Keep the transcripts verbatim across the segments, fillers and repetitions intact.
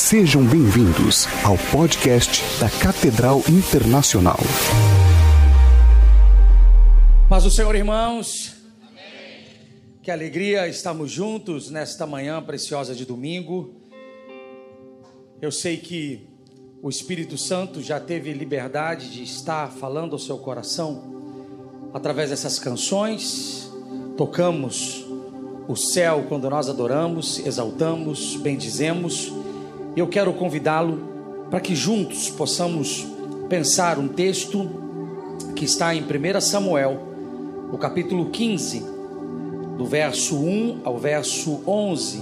Sejam bem-vindos ao podcast da Catedral Internacional. Paz do Senhor, irmãos. Amém. Que alegria estarmos juntos nesta manhã preciosa de domingo. Eu sei que o Espírito Santo já teve liberdade de estar falando ao seu coração através dessas canções. Tocamos o céu quando nós adoramos, exaltamos, bendizemos. Eu quero convidá-lo para que juntos possamos pensar um texto que está em primeiro Samuel, no capítulo quinze, do verso um ao verso onze.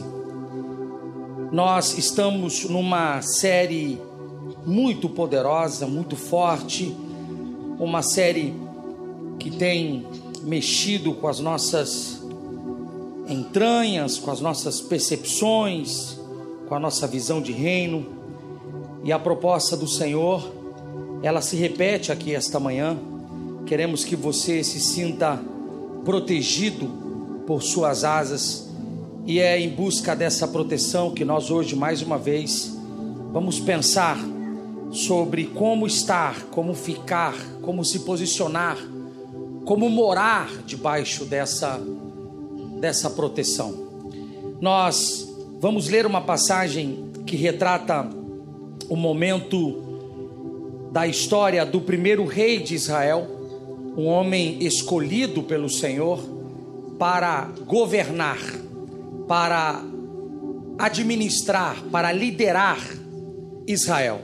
Nós estamos numa série muito poderosa, muito forte, uma série que tem mexido com as nossas entranhas, com as nossas percepções, com a nossa visão de reino. E a proposta do Senhor, ela se repete aqui esta manhã. Queremos que você se sinta protegido por suas asas, e é em busca dessa proteção que nós hoje, mais uma vez, vamos pensar sobre como estar, como ficar, como se posicionar, como morar debaixo dessa, dessa proteção. Nós vamos ler uma passagem que retrata o momento da história do primeiro rei de Israel, um homem escolhido pelo Senhor para governar, para administrar, para liderar Israel.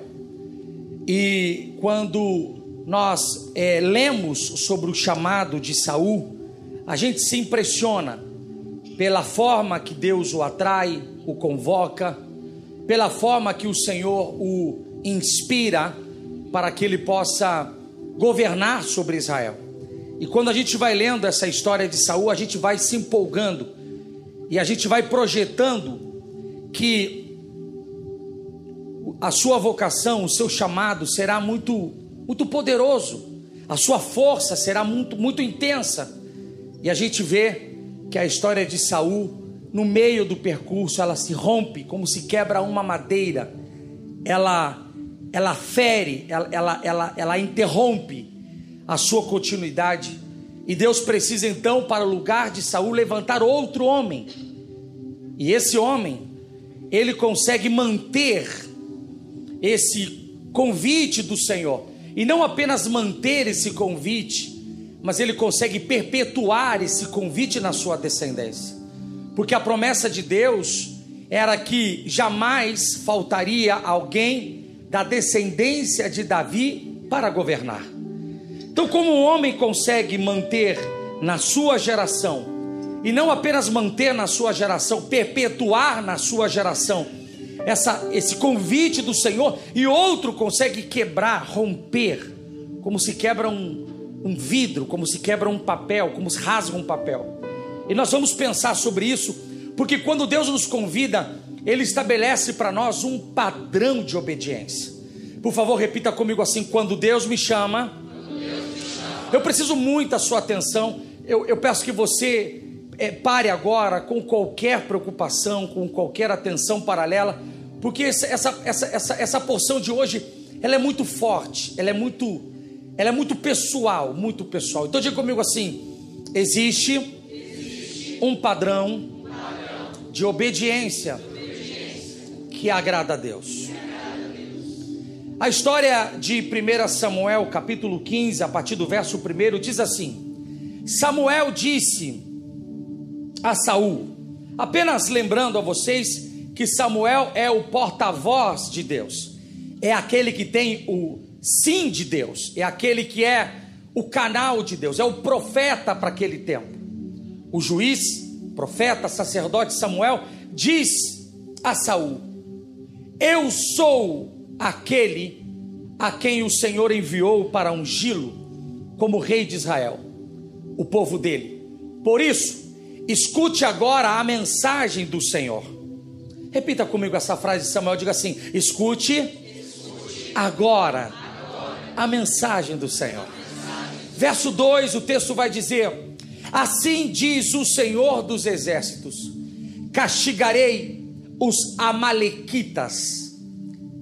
E quando nós é, lemos sobre o chamado de Saul, a gente se impressiona pela forma que Deus o atrai, o convoca, pela forma que o Senhor o inspira para que ele possa governar sobre Israel. E quando a gente vai lendo essa história de Saul, a gente vai se empolgando e a gente vai projetando que a sua vocação, o seu chamado será muito, muito poderoso, a sua força será muito, muito intensa. E a gente vê que a história de Saul, no meio do percurso, ela se rompe como se quebra uma madeira, ela, ela fere, ela, ela, ela, ela interrompe a sua continuidade. E Deus precisa então, para o lugar de Saul, levantar outro homem. E esse homem, ele consegue manter esse convite do Senhor, e não apenas manter esse convite, mas ele consegue perpetuar esse convite na sua descendência, porque a promessa de Deus era que jamais faltaria alguém da descendência de Davi para governar. Então, como um homem consegue manter na sua geração, e não apenas manter na sua geração, perpetuar na sua geração essa, esse convite do Senhor, e outro consegue quebrar, romper, como se quebra um um vidro, como se quebra um papel, como se rasga um papel. E nós vamos pensar sobre isso, porque quando Deus nos convida, Ele estabelece para nós um padrão de obediência. Por favor, repita comigo assim: quando Deus me chama, quando Deus me chama. Eu preciso muito da sua atenção. Eu, eu peço que você é, pare agora com qualquer preocupação, com qualquer atenção paralela, porque essa, essa, essa, essa, essa porção de hoje, ela é muito forte, ela é muito... Ela é muito pessoal, muito pessoal. Então diga comigo assim: existe, existe um, padrão um padrão de obediência, obediência que agrada a Deus. agrada a Deus. A história de primeiro Samuel, capítulo quinze, a partir do verso primeiro, diz assim: Samuel disse a Saul, apenas lembrando a vocês que Samuel é o porta-voz de Deus, é aquele que tem o sim de Deus, é aquele que é o canal de Deus, é o profeta para aquele tempo. O juiz, profeta, sacerdote Samuel diz a Saul: eu sou aquele a quem o Senhor enviou para ungí-lo como rei de Israel, o povo dele. Por isso, escute agora a mensagem do Senhor. Repita comigo essa frase de Samuel, diga assim: escute, escute agora a mensagem do Senhor. Verso dois, o texto vai dizer: assim diz o Senhor dos exércitos, castigarei os amalequitas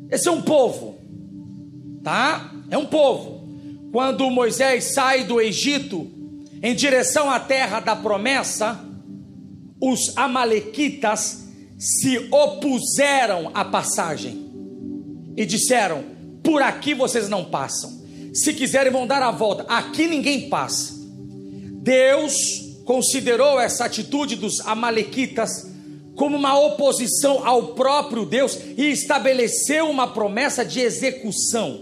Esse é um povo, tá? É um povo. Quando Moisés sai do Egito em direção à terra da promessa, os amalequitas se opuseram à passagem e disseram: por aqui vocês não passam, se quiserem vão dar a volta, aqui ninguém passa. Deus considerou essa atitude dos amalequitas como uma oposição ao próprio Deus e estabeleceu uma promessa de execução.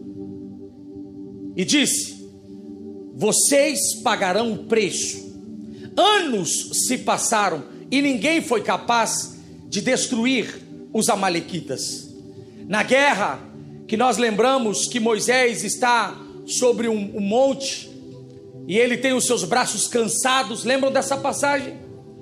E disse: vocês pagarão o preço. Anos se passaram e ninguém foi capaz de destruir os amalequitas. Na guerra, que nós lembramos que Moisés está sobre um, um monte e ele tem os seus braços cansados, lembram dessa passagem?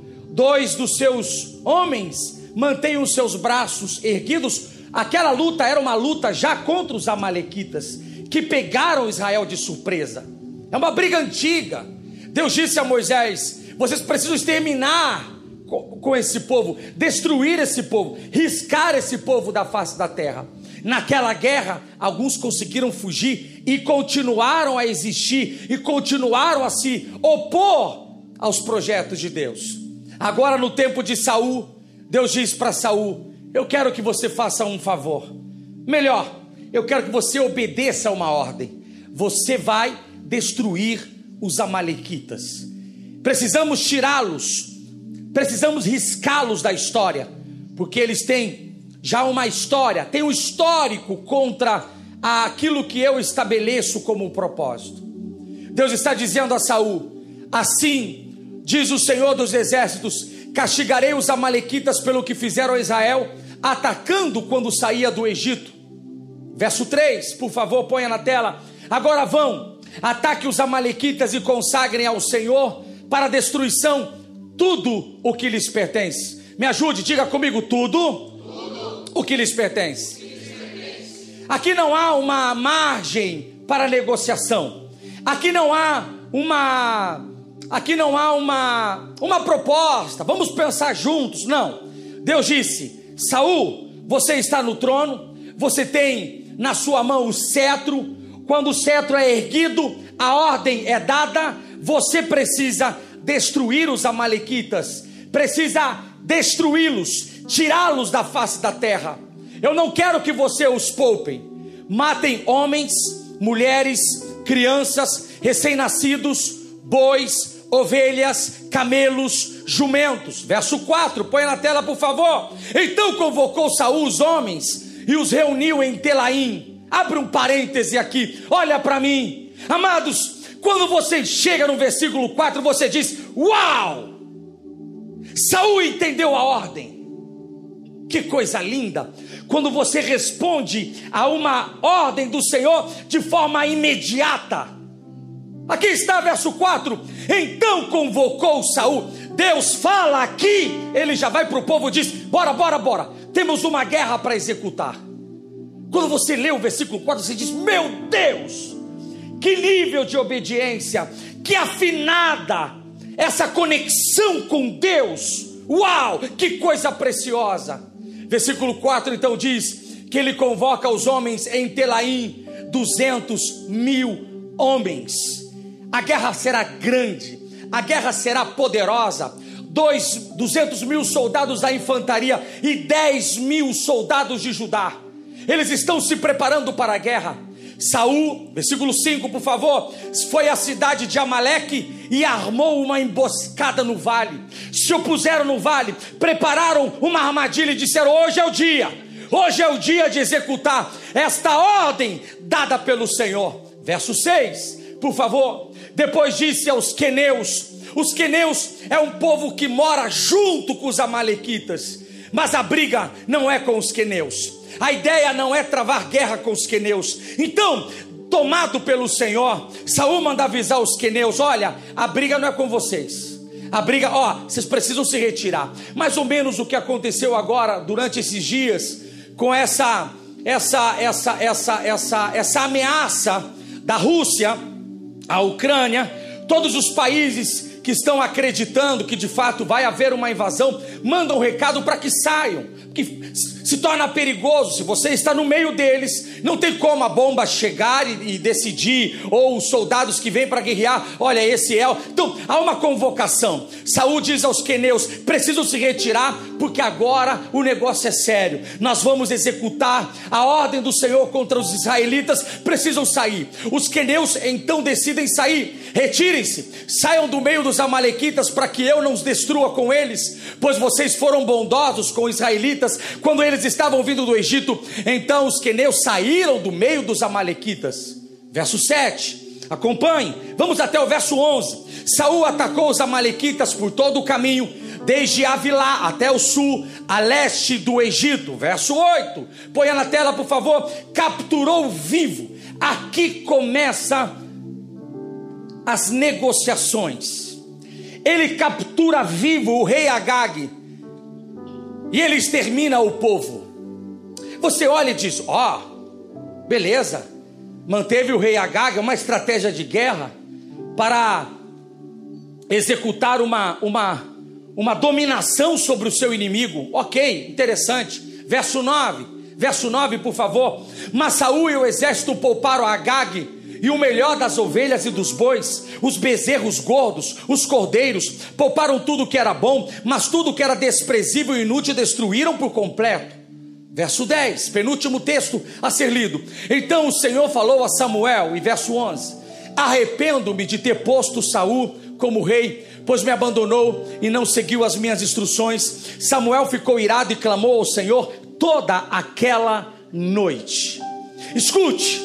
Dois dos seus homens mantêm os seus braços erguidos. Aquela luta era uma luta já contra os amalequitas, que pegaram Israel de surpresa. É uma briga antiga. Deus disse a Moisés: vocês precisam exterminar com, com esse povo, destruir esse povo, riscar esse povo da face da terra. Naquela guerra, alguns conseguiram fugir e continuaram a existir e continuaram a se opor aos projetos de Deus. Agora, no tempo de Saul, Deus diz para Saul: eu quero que você faça um favor. Melhor, eu quero que você obedeça a uma ordem. Você vai destruir os amalequitas. Precisamos tirá-los, precisamos riscá-los da história, porque eles têm já uma história, tem um histórico contra aquilo que eu estabeleço como propósito. Deus está dizendo a Saul: assim diz o Senhor dos exércitos, castigarei os amalequitas pelo que fizeram a Israel, atacando quando saía do Egito. Verso três, por favor, ponha na tela. Agora vão, ataque os amalequitas e consagrem ao Senhor para a destruição tudo o que lhes pertence. Me ajude, diga comigo: tudo, tudo. O que lhes pertence. Que lhes pertence. Aqui não há uma margem para negociação. Aqui não há uma, aqui não há uma, uma proposta. Vamos pensar juntos. Não. Deus disse: Saul, você está no trono, você tem na sua mão o cetro. Quando o cetro é erguido, a ordem é dada. Você precisa destruir os amalequitas, precisa destruí-los, tirá-los da face da terra. Eu não quero que você os poupem. Matem homens, mulheres, crianças, recém-nascidos, bois, ovelhas, camelos, jumentos. Verso quatro, põe na tela por favor. Então convocou Saul os homens e os reuniu em Telaim. Abre um parêntese aqui, olha para mim. Amados, quando você chega no versículo quatro, você diz: uau! Saul entendeu a ordem. Que coisa linda, quando você responde a uma ordem do Senhor de forma imediata. Aqui está verso quatro. Então convocou Saul. Deus fala aqui, ele já vai para o povo e diz: bora, bora, bora, temos uma guerra para executar. Quando você lê o versículo quatro, você diz: meu Deus, que nível de obediência, que afinada essa conexão com Deus. Uau, que coisa preciosa. Versículo quatro então diz que ele convoca os homens em Telaim, duzentos mil homens. A guerra será grande, a guerra será poderosa. Dois, duzentos mil soldados da infantaria e dez mil soldados de Judá. Eles estão se preparando para a guerra. Saul, versículo cinco, por favor, foi à cidade de Amaleque e armou uma emboscada no vale. Se opuseram no vale, prepararam uma armadilha e disseram: hoje é o dia, hoje é o dia de executar esta ordem dada pelo Senhor. Verso seis, por favor. Depois disse aos queneus. Os queneus é um povo que mora junto com os amalequitas, mas a briga não é com os queneus. A ideia não é travar guerra com os queneus. Então, tomado pelo Senhor, Saul manda avisar os queneus: olha, a briga não é com vocês. A briga, ó, vocês precisam se retirar. Mais ou menos o que aconteceu agora, durante esses dias, com essa, essa, essa, essa, essa, essa ameaça da Rússia à Ucrânia. Todos os países que estão acreditando que de fato vai haver uma invasão, mandam um recado para que saiam. Que se se torna perigoso. Se você está no meio deles, não tem como a bomba chegar e, e decidir, ou os soldados que vêm para guerrear, olha, esse é o... Então há uma convocação. Saul diz aos queneus: precisam se retirar, porque agora o negócio é sério, nós vamos executar a ordem do Senhor contra os israelitas, precisam sair. Os queneus então decidem sair. Retirem-se, saiam do meio dos amalequitas, para que eu não os destrua com eles, pois vocês foram bondosos com os israelitas quando eles estavam vindo do Egito. Então os queneus saíram do meio dos amalequitas. Verso sete, acompanhe, vamos até o verso onze. Saul atacou os amalequitas por todo o caminho, desde Avilá até o sul, a leste do Egito. Verso oito, ponha na tela por favor. Capturou vivo. Aqui começa as negociações. Ele captura vivo o rei Agag e ele extermina o povo. Você olha e diz: ó, oh, beleza, manteve o rei Agag, uma estratégia de guerra para executar uma, uma, uma dominação sobre o seu inimigo. Ok, interessante. Verso nove, verso nove por favor. Mas Saul e o exército pouparam Agag e o melhor das ovelhas e dos bois, os bezerros gordos, os cordeiros, pouparam tudo que era bom, mas tudo que era desprezível e inútil destruíram por completo. Verso dez, penúltimo texto a ser lido. Então o Senhor falou a Samuel, e verso onze: arrependo-me de ter posto Saul como rei, pois me abandonou e não seguiu as minhas instruções. Samuel ficou irado e clamou ao Senhor toda aquela noite. Escute,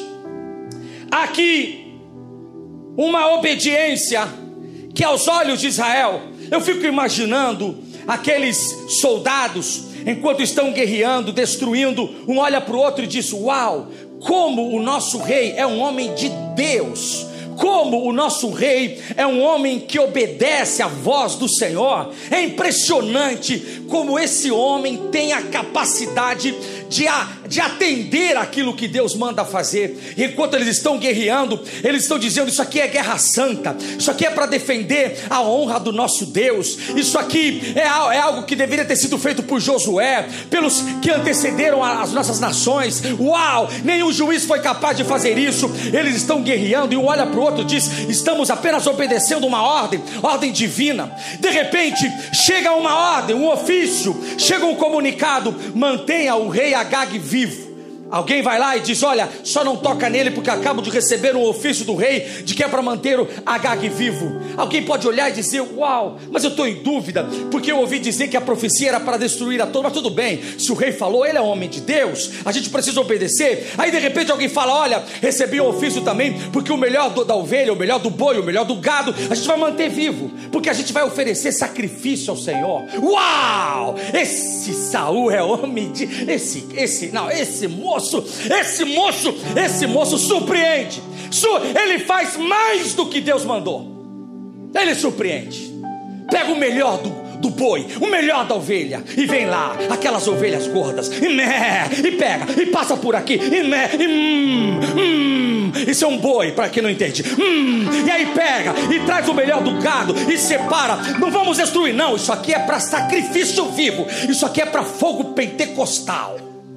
aqui uma obediência que aos olhos de Israel, eu fico imaginando aqueles soldados, enquanto estão guerreando, destruindo, um olha para o outro e diz: uau, como o nosso rei é um homem de Deus, como o nosso rei é um homem que obedece à voz do Senhor. É impressionante como esse homem tem a capacidade de, a, de atender aquilo que Deus manda fazer. E enquanto eles estão guerreando, eles estão dizendo: isso aqui é guerra santa, isso aqui é para defender a honra do nosso Deus, isso aqui é, é algo que deveria ter sido feito por Josué, pelos que antecederam as nossas nações. Uau, nenhum juiz foi capaz de fazer isso. Eles estão guerreando e um olha para o outro e diz: estamos apenas obedecendo uma ordem, ordem divina. De repente chega uma ordem, um ofício, chega um comunicado: mantenha o rei Agag vivo. Alguém vai lá e diz: olha, só não toca nele porque acabo de receber um ofício do rei de que é para manter o Agag vivo. Alguém pode olhar e dizer: uau, mas eu estou em dúvida, porque eu ouvi dizer que a profecia era para destruir a todos. Mas tudo bem, se o rei falou, ele é homem de Deus, a gente precisa obedecer. Aí de repente alguém fala: olha, recebi um ofício também, porque o melhor do, da ovelha, o melhor do boi, o melhor do gado, a gente vai manter vivo, porque a gente vai oferecer sacrifício ao Senhor. Uau, esse Saul é homem de... Esse, esse, não, esse moço Esse moço, esse moço surpreende. Ele faz mais do que Deus mandou. Ele surpreende. Pega o melhor do, do boi, o melhor da ovelha, e vem lá, aquelas ovelhas gordas, e mé, e pega, e passa por aqui, e mé, e hum, hum, isso é um boi, para quem não entende, hum, e aí pega, e traz o melhor do gado, e separa. Não vamos destruir não, isso aqui é para sacrifício vivo, isso aqui é para fogo pentecostal.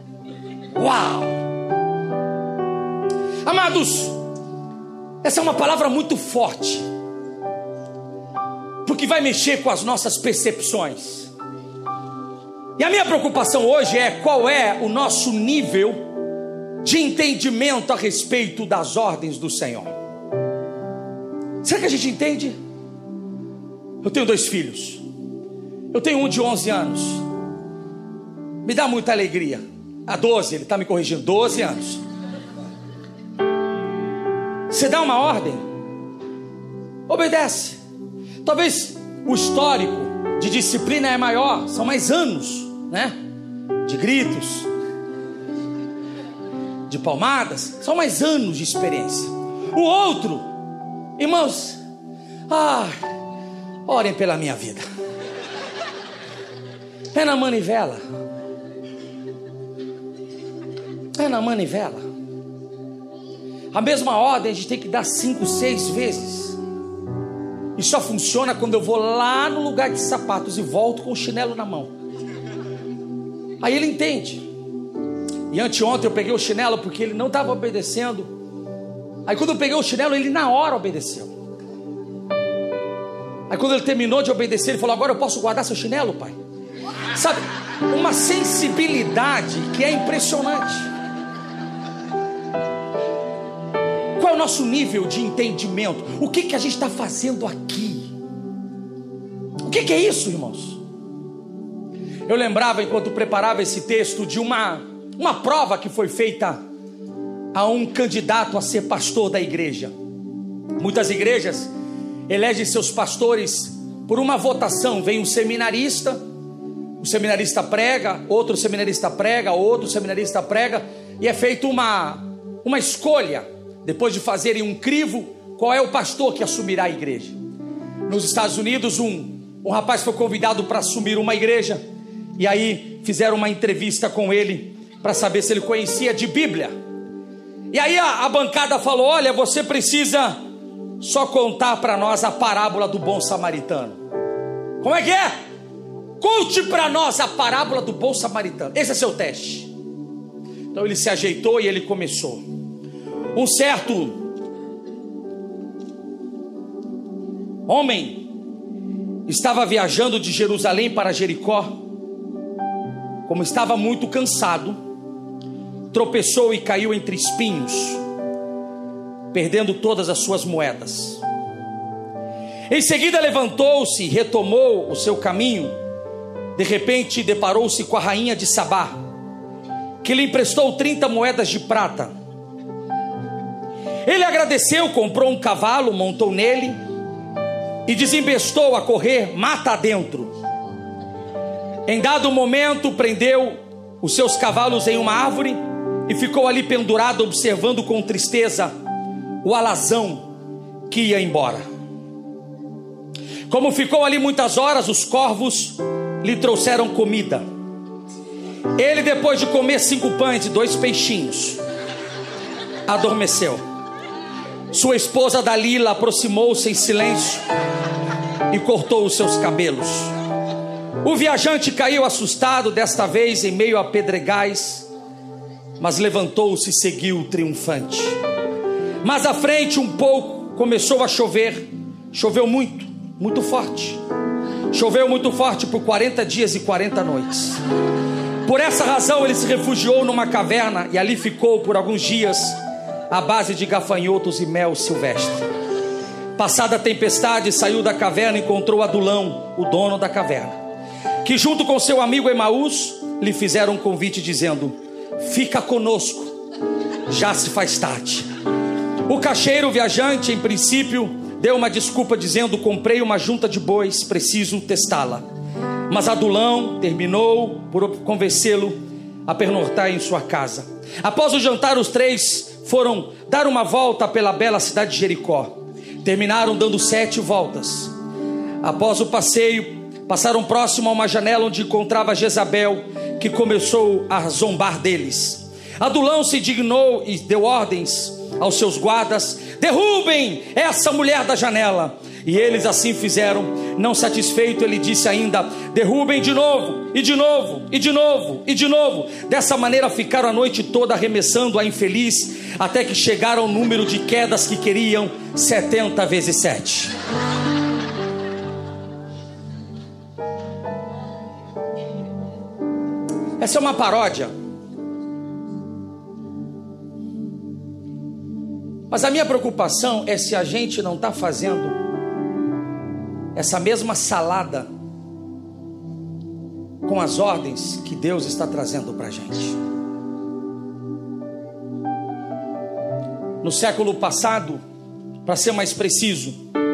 Uau! Amados, essa é uma palavra muito forte, porque vai mexer com as nossas percepções. E a minha preocupação hoje é qual é o nosso nível de entendimento a respeito das ordens do Senhor. Será que a gente entende? Eu tenho dois filhos. Eu tenho um de onze anos. Me dá muita alegria. Há doze, ele está me corrigindo, doze anos. Você dá uma ordem, obedece. Talvez o histórico de disciplina é maior, são mais anos, né? De gritos, de palmadas, são mais anos de experiência. O outro, irmãos, ah, orem pela minha vida. É na manivela. É na manivela. A mesma ordem a gente tem que dar cinco, seis vezes. E só funciona quando eu vou lá no lugar de sapatos e volto com o chinelo na mão. Aí ele entende. E anteontem eu peguei o chinelo porque ele não estava obedecendo. Aí quando eu peguei o chinelo, ele na hora obedeceu. Aí quando ele terminou de obedecer, ele falou: agora eu posso guardar seu chinelo, pai? Sabe, uma sensibilidade que é impressionante. Qual é o nosso nível de entendimento? O que, que a gente está fazendo aqui? O que, que é isso, irmãos? Eu lembrava, enquanto preparava esse texto, de uma, uma prova que foi feita a um candidato a ser pastor da igreja. Muitas igrejas elegem seus pastores por uma votação. Vem um seminarista, o seminarista prega, outro seminarista prega, outro seminarista prega, e é feita uma, uma escolha, depois de fazerem um crivo, qual é o pastor que assumirá a igreja. Nos Estados Unidos, um, um rapaz foi convidado para assumir uma igreja, e aí fizeram uma entrevista com ele, para saber se ele conhecia de Bíblia. E aí a, a bancada falou: olha, você precisa só contar para nós a parábola do bom samaritano. Como é que é? Conte para nós a parábola do bom samaritano. Esse é seu teste. Então ele se ajeitou e ele começou. Um certo homem estava viajando de Jerusalém para Jericó. Como estava muito cansado, tropeçou e caiu entre espinhos, perdendo todas as suas moedas. Em seguida levantou-se, retomou o seu caminho. De repente deparou-se com a rainha de Sabá, que lhe emprestou trinta moedas de prata. Ele agradeceu, comprou um cavalo, montou nele e desembestou a correr mata adentro. Em dado momento prendeu os seus cavalos em uma árvore e ficou ali pendurado, observando com tristeza o alazão que ia embora. Como ficou ali muitas horas, os corvos lhe trouxeram comida. Ele, depois de comer cinco pães e dois peixinhos, adormeceu. Sua esposa Dalila aproximou-se em silêncio e cortou os seus cabelos. O viajante caiu assustado, desta vez em meio a pedregais, mas levantou-se e seguiu triunfante. Mas à frente, um pouco, começou a chover. Choveu muito, muito forte. Choveu muito forte por quarenta dias e quarenta noites. Por essa razão ele se refugiou numa caverna e ali ficou por alguns dias à base de gafanhotos e mel silvestre. Passada a tempestade, saiu da caverna e encontrou Adulão, o dono da caverna, que junto com seu amigo Emaús lhe fizeram um convite dizendo: fica conosco, já se faz tarde. O caixeiro viajante, em princípio, deu uma desculpa dizendo: comprei uma junta de bois, preciso testá-la. Mas Adulão terminou por convencê-lo a pernoctar em sua casa. Após o jantar, os três foram dar uma volta pela bela cidade de Jericó. Terminaram dando sete voltas. Após o passeio, passaram próximo a uma janela onde encontrava Jezabel, que começou a zombar deles. Adulão se indignou e deu ordens aos seus guardas: derrubem essa mulher da janela. E eles assim fizeram. Não satisfeito, ele disse ainda: derrubem de novo, e de novo, e de novo, e de novo. Dessa maneira ficaram a noite toda arremessando a infeliz, até que chegaram ao número de quedas que queriam, setenta vezes sete. Essa é uma paródia. Mas a minha preocupação é se a gente não está fazendo essa mesma salada com as ordens que Deus está trazendo para a gente. No século passado, para ser mais preciso,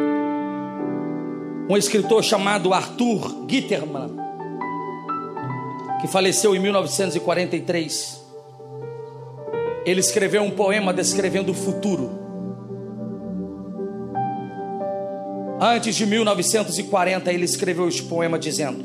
um escritor chamado Arthur Gitterman, que faleceu em mil novecentos e quarenta e três, ele escreveu um poema descrevendo o futuro. Antes de mil novecentos e quarenta, ele escreveu este poema dizendo: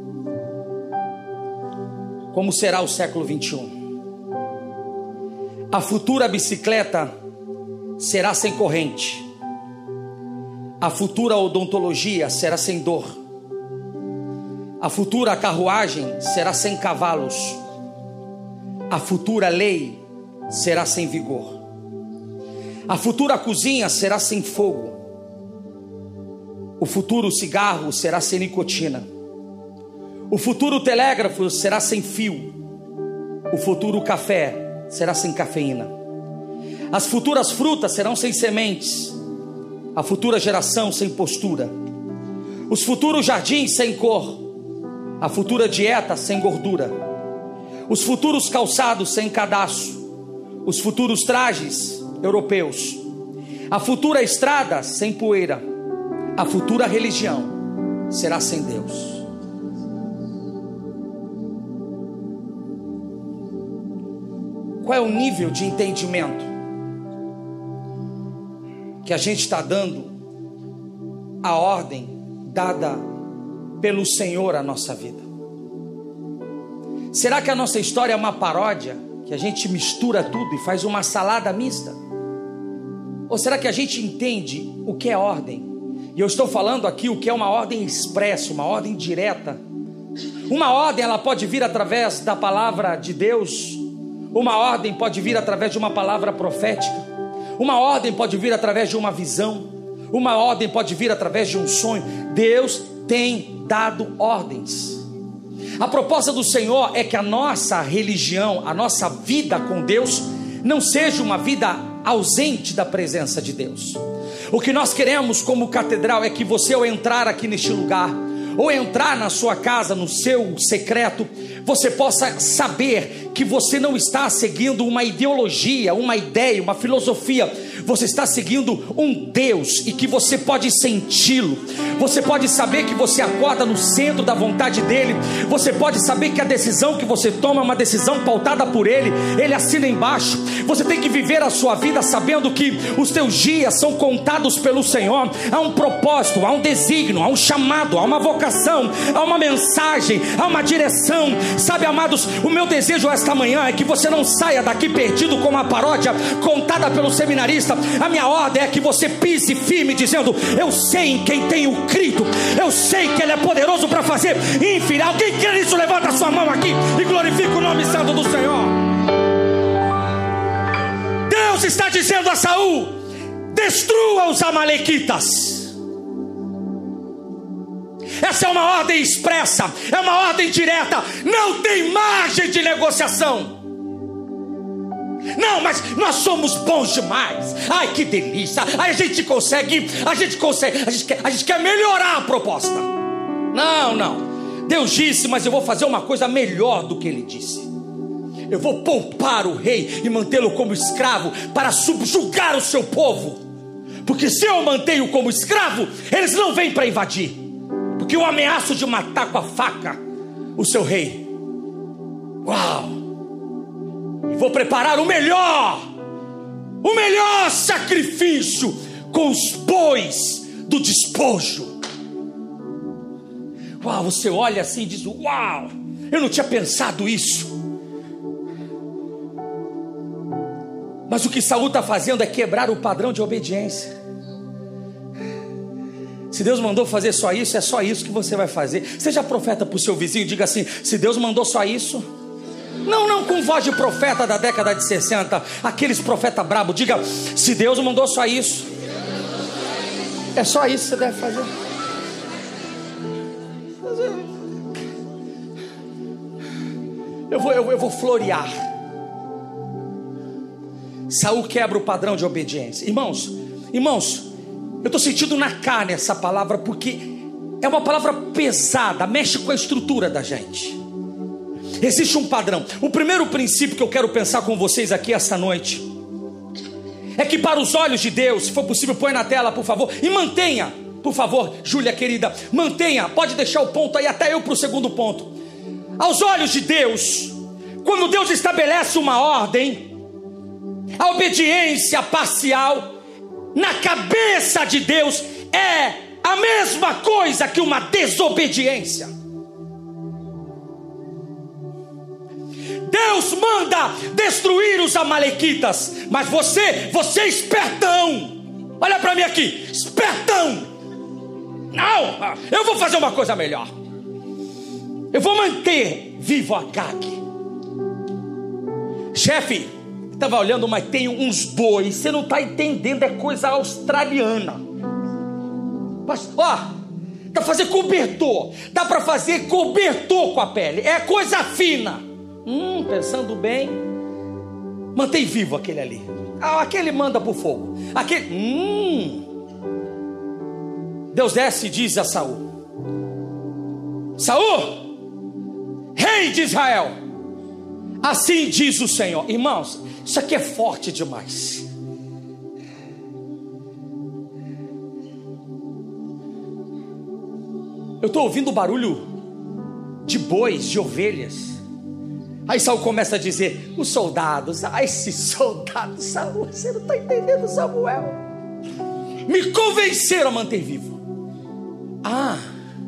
como será o século vinte e um? A futura bicicleta será sem corrente. A futura odontologia será sem dor. A futura carruagem será sem cavalos. a futura lei será sem vigor. A futura cozinha será sem fogo. O futuro cigarro será sem nicotina. O futuro telégrafo será sem fio. O futuro café será sem cafeína. As futuras frutas serão sem sementes. A futura geração sem postura. Os futuros jardins sem cor. A futura dieta sem gordura. Os futuros calçados sem cadastro. Os futuros trajes europeus. A futura estrada sem poeira. A futura religião será sem Deus. Qual é o nível de entendimento que a gente está dando à ordem dada pelo Senhor à nossa vida? Será que a nossa história é uma paródia, que a gente mistura tudo e faz uma salada mista? Ou será que a gente entende o que é ordem? E eu estou falando aqui o que é uma ordem expressa, uma ordem direta. Uma ordem, ela pode vir através da palavra de Deus. Uma ordem pode vir através de uma palavra profética. Uma ordem pode vir através de uma visão. Uma ordem pode vir através de um sonho. Deus tem dado ordens. A proposta do Senhor é que a nossa religião, a nossa vida com Deus, não seja uma vida ausente da presença de Deus. O que nós queremos como catedral é que você, ao entrar aqui neste lugar, ou entrar na sua casa, no seu secreto, você possa saber que você não está seguindo uma ideologia, uma ideia, uma filosofia. Você está seguindo um Deus e que você pode senti-lo. Você pode saber que você acorda no centro da vontade dele. Você pode saber que a decisão que você toma é uma decisão pautada por ele. Ele assina embaixo. Você tem que viver a sua vida sabendo que os teus dias são contados pelo Senhor. Há um propósito, há um desígnio, há um chamado, há uma vocação, há uma mensagem, há uma direção. Sabe, amados, o meu desejo esta manhã é que você não saia daqui perdido como uma paródia contada pelo seminarista. A minha ordem é que você pise firme dizendo: eu sei em quem tenho crido, eu sei que ele é poderoso para fazer infinito. Alguém crê nisso? Levanta a sua mão aqui e glorifica o nome santo do Senhor. Deus está dizendo a Saul: destrua os amalequitas. Essa é uma ordem expressa, é uma ordem direta, não tem margem de negociação. Não, mas nós somos bons demais. Ai, que delícia. Ai, a gente consegue, a gente consegue, a gente quer, a gente quer melhorar a proposta. Não, não. Deus disse, mas eu vou fazer uma coisa melhor do que ele disse. Eu vou poupar o rei e mantê-lo como escravo para subjugar o seu povo. Porque se eu mantenho como escravo, eles não vêm para invadir. Porque eu ameaço de matar com a faca o seu rei. Uau! Vou preparar o melhor, o melhor sacrifício com os bois do despojo. Uau, você olha assim e diz: uau, eu não tinha pensado isso. Mas o que Saul está fazendo é quebrar o padrão de obediência. Se Deus mandou fazer só isso, é só isso que você vai fazer. Seja profeta para o seu vizinho, diga assim: se Deus mandou só isso. Não, não com voz de profeta da década de sessenta, aqueles profetas brabos. Diga: se Deus mandou só isso, é só isso que você deve fazer. Eu vou, eu, eu vou florear. Saul quebra o padrão de obediência. Irmãos, irmãos, eu estou sentindo na carne essa palavra, porque é uma palavra pesada, mexe com a estrutura da gente. Existe um padrão. O primeiro princípio que eu quero pensar com vocês aqui essa noite é que para os olhos de Deus, se for possível, põe na tela, por favor, e mantenha, por favor, Júlia querida, mantenha, pode deixar o ponto aí, até eu para o segundo ponto. Aos olhos de Deus, quando Deus estabelece uma ordem, a obediência parcial na cabeça de Deus é a mesma coisa que uma desobediência. Deus manda destruir os amalequitas, mas você, você é espertão. Olha para mim aqui, espertão. Não, eu vou fazer uma coisa melhor. Eu vou manter vivo Agag. Chefe, estava olhando, mas tem uns bois, você não está entendendo, é coisa australiana. Mas, ó, dá para fazer cobertor, dá para fazer cobertor com a pele, é coisa fina. Hum, pensando bem, mantém vivo aquele ali. Ah, aquele manda pro fogo. Aquele, hum. Deus desce e diz a Saul: Saul, rei de Israel, assim diz o Senhor. Irmãos, isso aqui é forte demais. Eu estou ouvindo o barulho de bois, de ovelhas. Aí Saul começa a dizer: os soldados, ah, esse soldado Saul, você não está entendendo, Samuel, me convenceram a manter vivo. Ah,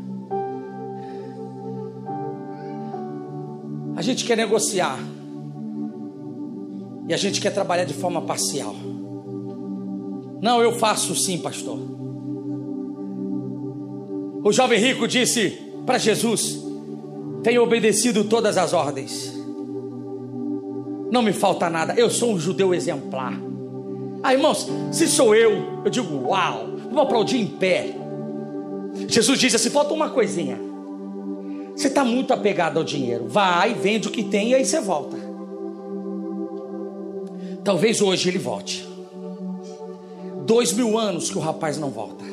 a gente quer negociar e a gente quer trabalhar de forma parcial. Não, eu faço sim, pastor. O jovem rico disse para Jesus: tenho obedecido todas as ordens, não me falta nada, eu sou um judeu exemplar. Ah, irmãos, se sou eu, eu digo uau, vou aplaudir em pé. Jesus diz assim: falta uma coisinha, você está muito apegado ao dinheiro, vai, vende o que tem e aí você volta. Talvez hoje ele volte. Dois mil anos que o rapaz não volta.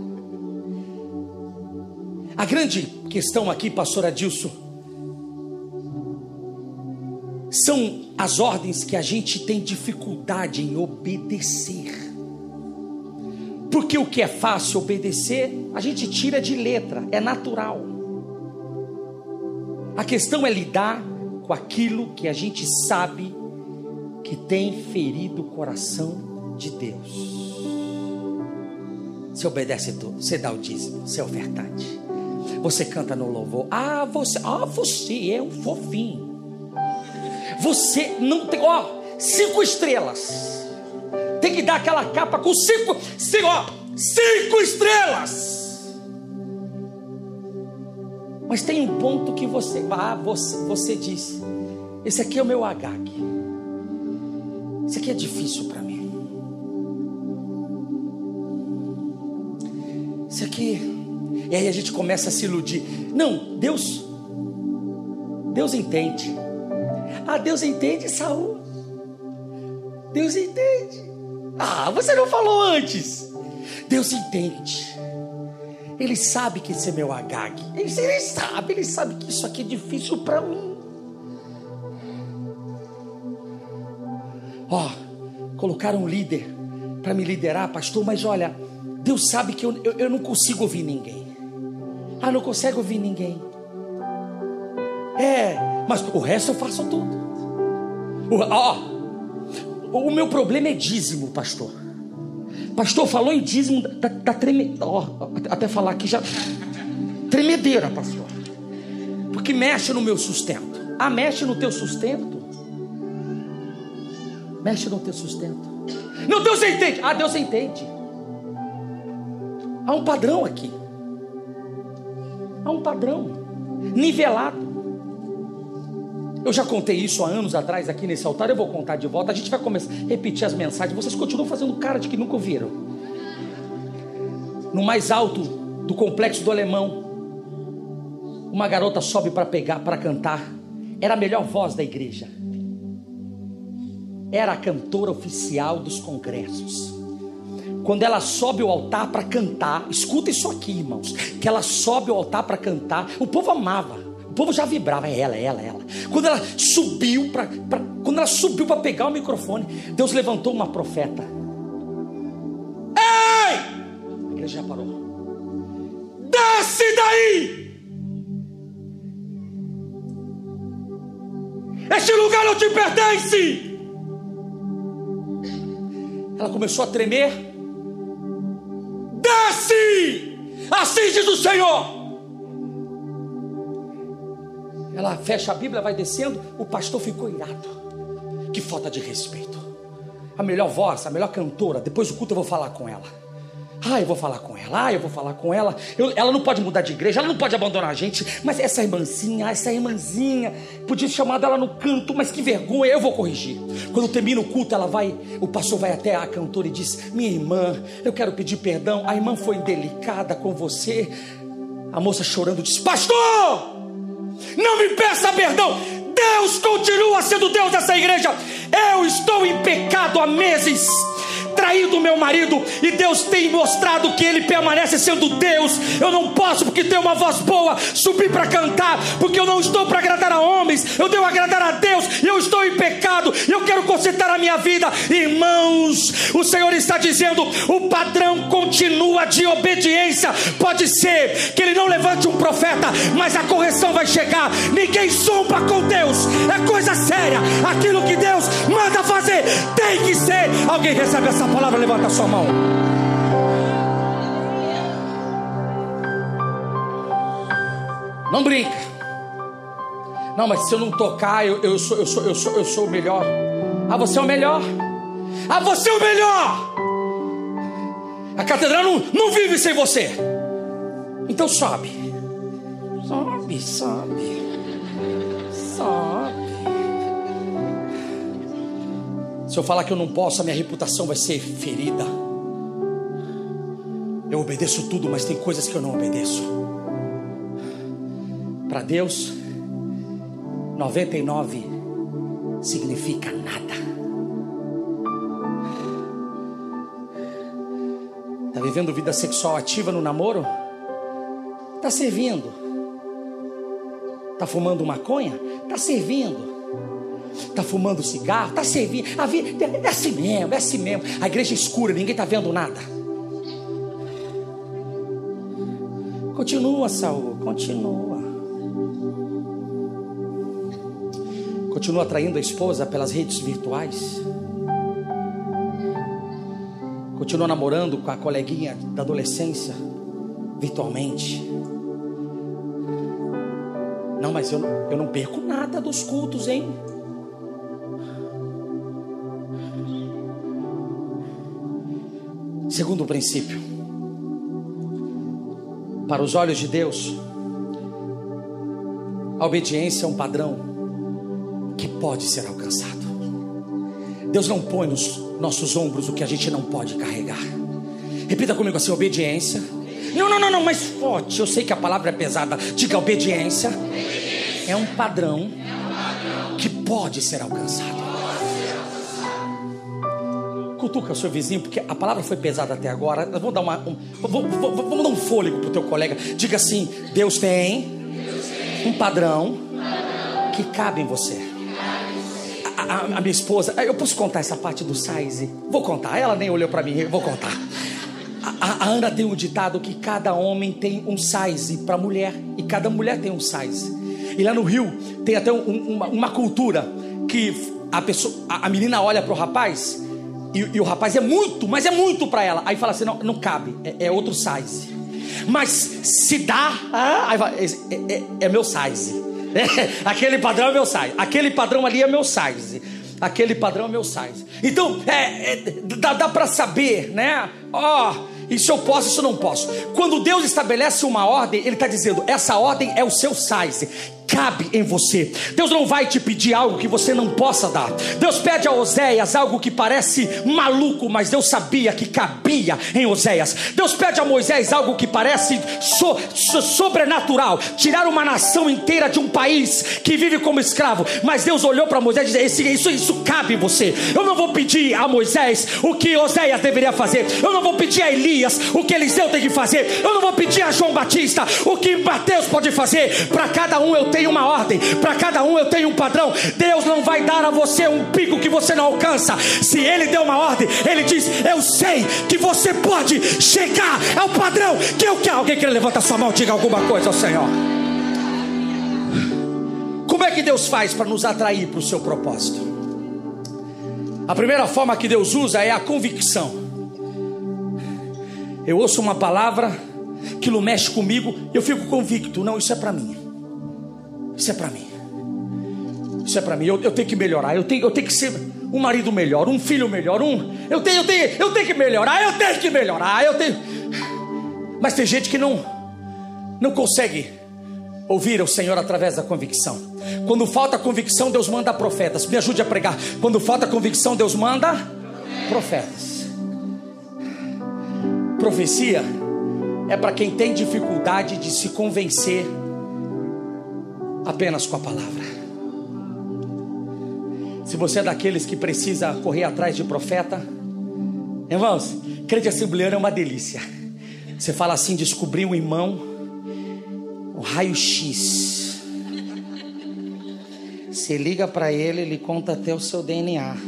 A grande questão aqui, pastor Adilson, são as ordens que a gente tem dificuldade em obedecer. Porque o que é fácil obedecer, a gente tira de letra, é natural. A questão é lidar com aquilo que a gente sabe que tem ferido o coração de Deus. Você obedece tudo, você dá o dízimo, você é ofertante, você canta no louvor. Ah, você, ah, você é um fofinho. Você não tem, ó, cinco estrelas. Tem que dar aquela capa com cinco, cinco, ó, cinco estrelas. Mas tem um ponto que você, ah, você, você diz: esse aqui é o meu Agag. Esse aqui é difícil para mim. Esse aqui. E aí a gente começa a se iludir. Não, Deus, Deus entende. Ah, Deus entende, Saul. Deus entende. Ah, você não falou antes. Deus entende. Ele sabe que esse é meu Agag. Ele, ele sabe, ele sabe que isso aqui é difícil para mim. Ó, oh, colocaram um líder para me liderar, pastor, mas olha, Deus sabe que eu, eu, eu não consigo ouvir ninguém. Ah, não consegue ouvir ninguém. É, mas o resto eu faço tudo. Ó, oh, o meu problema é dízimo, pastor. Pastor, falou em dízimo da, da tremedeira. Oh, até falar aqui já. Tremedeira, pastor. Porque mexe no meu sustento. Ah, mexe no teu sustento? Mexe no teu sustento. Não, Deus entende. Ah, Deus entende. Há um padrão aqui. Há um padrão nivelado. Eu já contei isso há anos atrás aqui nesse altar. Eu vou contar de volta. A gente vai começar a repetir as mensagens. Vocês continuam fazendo cara de que nunca ouviram. No mais alto do complexo do Alemão, uma garota sobe para pegar, para cantar. Era a melhor voz da igreja. Era a cantora oficial dos congressos. Quando ela sobe ao altar para cantar, escuta isso aqui, irmãos, que ela sobe ao altar para cantar, o povo amava, o povo já vibrava, é ela, é ela, é ela. Quando ela subiu para, quando ela subiu para pegar o microfone, Deus levantou uma profeta. Ei! A igreja já parou. Desce daí! Este lugar não te pertence! Ela começou a tremer. Desce! Assim diz o Senhor. Ela fecha a Bíblia, vai descendo. O pastor ficou irado. Que falta de respeito. A melhor voz, a melhor cantora. Depois do culto eu vou falar com ela. Ah, eu vou falar com ela, ah, eu vou falar com ela. Eu, ela não pode mudar de igreja, ela não pode abandonar a gente. Mas essa irmãzinha, essa irmãzinha, podia chamar dela no canto, mas que vergonha, eu vou corrigir. Quando termina o culto, ela vai, o pastor vai até a cantora e diz: minha irmã, eu quero pedir perdão, a irmã foi indelicada com você. A moça chorando diz: pastor, não me peça perdão, Deus continua sendo Deus dessa igreja. Eu estou em pecado há meses, traído meu marido, e Deus tem mostrado que Ele permanece sendo Deus. Eu não posso, porque tenho uma voz boa, subir para cantar, porque eu não estou para agradar a homens, eu devo agradar a Deus, e eu estou em pecado, e eu quero consertar a minha vida. Irmãos, o Senhor está dizendo: o padrão continua de obediência. Pode ser que Ele não levante um profeta, mas a correção vai chegar. Ninguém zomba com Deus, é coisa séria. Aquilo que Deus manda fazer tem que ser. Alguém recebe essa palavra? Levanta a sua mão. Não brinca. Não, mas se eu não tocar, eu, eu, sou, eu, sou, eu, sou, eu sou o melhor. Ah, você é o melhor. Ah, você é o melhor. A catedral não, não vive sem você. Então sobe. Sobe, sobe. Sobe. Se eu falar que eu não posso, a minha reputação vai ser ferida. Eu obedeço tudo, mas tem coisas que eu não obedeço. Para Deus, noventa e nove significa nada. Está vivendo vida sexual ativa no namoro? Está servindo. Está fumando maconha? Está servindo. Está fumando cigarro? Está servindo. A vida é assim mesmo, é assim mesmo. A igreja é escura, ninguém está vendo nada. Continua, Saul, continua. Continua atraindo a esposa pelas redes virtuais. Continua namorando com a coleguinha da adolescência virtualmente. Não, mas eu, eu não perco nada dos cultos, hein? Segundo princípio, para os olhos de Deus, a obediência é um padrão que pode ser alcançado. Deus não põe nos nossos ombros o que a gente não pode carregar. Repita comigo assim: obediência. Não, não, não, não, mais forte. Eu sei que a palavra é pesada. Diga: obediência é um padrão que pode ser alcançado. Cutuca o seu vizinho, porque a palavra foi pesada até agora. Vamos dar, uma, um, vamos, vamos, vamos dar um fôlego para o teu colega. Diga assim: Deus tem um padrão que cabe em você. A, a, a minha esposa, eu posso contar essa parte do size? Vou contar, ela nem olhou para mim, eu vou contar. A, a Ana tem um ditado que cada homem tem um size para mulher, e cada mulher tem um size. E lá no Rio tem até um, uma, uma cultura que a, pessoa, a, a menina olha para o rapaz, e, e o rapaz é muito, mas é muito para ela. Aí fala assim: não, não cabe, é, é outro size. Mas se dá, ah, aí fala, é, é, é meu size. É, aquele padrão é meu size. Aquele padrão ali é meu size. Aquele padrão é meu size. Então é, é, dá, dá para saber, né? Ó, oh, isso eu posso, isso eu não posso. Quando Deus estabelece uma ordem, Ele está dizendo: essa ordem é o seu size, cabe em você. Deus não vai te pedir algo que você não possa dar. Deus pede a Oséias algo que parece maluco, mas Deus sabia que cabia em Oséias. Deus pede a Moisés algo que parece so, so, sobrenatural, tirar uma nação inteira de um país que vive como escravo. Mas Deus olhou para Moisés e disse: isso, isso cabe em você. Eu não vou pedir a Moisés o que Oséias deveria fazer. Eu não vou pedir a Elias o que Eliseu tem que fazer. Eu não vou pedir a João Batista o que Mateus pode fazer. Para cada um eu tenho uma ordem, para cada um eu tenho um padrão. Deus não vai dar a você um pico que você não alcança. Se Ele deu uma ordem, Ele diz: eu sei que você pode chegar ao padrão que eu quero. Alguém que levanta a sua mão, diga alguma coisa ao Senhor. Como é que Deus faz para nos atrair para o seu propósito? A primeira forma que Deus usa é a convicção. Eu ouço uma palavra, aquilo mexe comigo, eu fico convicto: não, isso é para mim. Isso é para mim. Isso é para mim. Eu, eu tenho que melhorar. Eu tenho, eu tenho que ser um marido melhor, um filho melhor. Um, eu, tenho, eu, tenho, eu tenho que melhorar. Eu tenho que melhorar. Eu tenho... Mas tem gente que não, não consegue ouvir o Senhor através da convicção. Quando falta convicção, Deus manda profetas. Me ajude a pregar. Quando falta convicção, Deus manda profetas. Profecia é para quem tem dificuldade de se convencer apenas com a palavra. Se você é daqueles que precisa correr atrás de profeta, irmãos, crente assembleano é uma delícia. Você fala assim: descobri um irmão, o raio-x. Você liga para ele, ele conta até o seu D N A.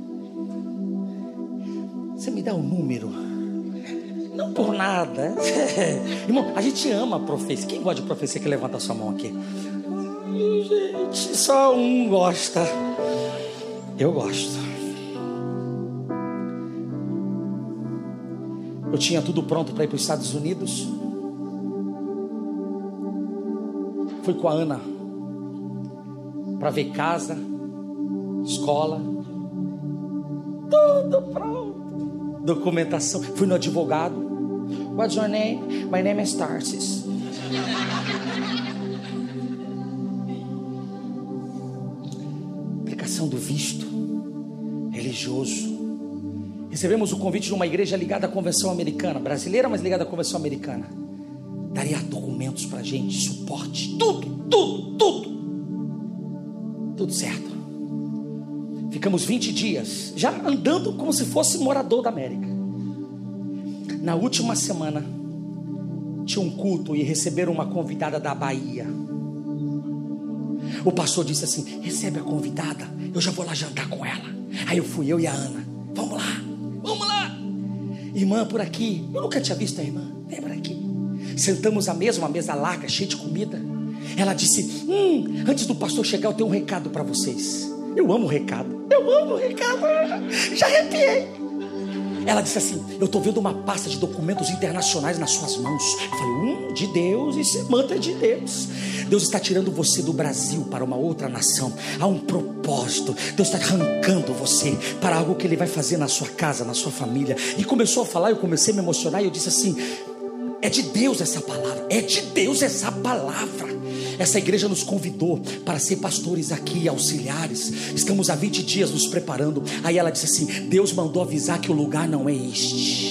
Você me dá o número? Não por nada. Irmão, a gente ama a profecia. Quem gosta de profecia que levanta a sua mão aqui? Gente, só um gosta. Eu gosto. Eu tinha tudo pronto para ir para os Estados Unidos. Fui com a Ana para ver casa, escola, tudo pronto. Documentação. Fui no advogado. What's your name? My name is Tarsis. Aplicação do visto religioso. Recebemos o convite de uma igreja ligada à convenção americana, brasileira, mas ligada à convenção americana. Daria documentos pra gente, suporte, tudo, tudo, tudo. Tudo certo. Ficamos vinte dias, já andando como se fosse morador da América. Na última semana, tinha um culto e receberam uma convidada da Bahia. O pastor disse assim: recebe a convidada, eu já vou lá jantar com ela. Aí eu fui, eu e a Ana. Vamos lá, vamos lá. Irmã, por aqui. Eu nunca tinha visto a irmã. Vem por aqui. Sentamos à mesa, uma mesa larga, cheia de comida. Ela disse: hum, antes do pastor chegar, eu tenho um recado para vocês. Eu amo o recado. Eu amo o recado. Já arrepiei. Ela disse assim: eu estou vendo uma pasta de documentos internacionais nas suas mãos. Eu falei: hum, de Deus, isso é mantra de Deus. Deus está tirando você do Brasil para uma outra nação. Há um propósito. Deus está arrancando você para algo que Ele vai fazer na sua casa, na sua família. E começou a falar, eu comecei a me emocionar. E eu disse assim: é de Deus essa palavra. É de Deus essa palavra. Essa igreja nos convidou para ser pastores aqui, auxiliares. Estamos há vinte dias nos preparando. Aí ela disse assim: Deus mandou avisar que o lugar não é este.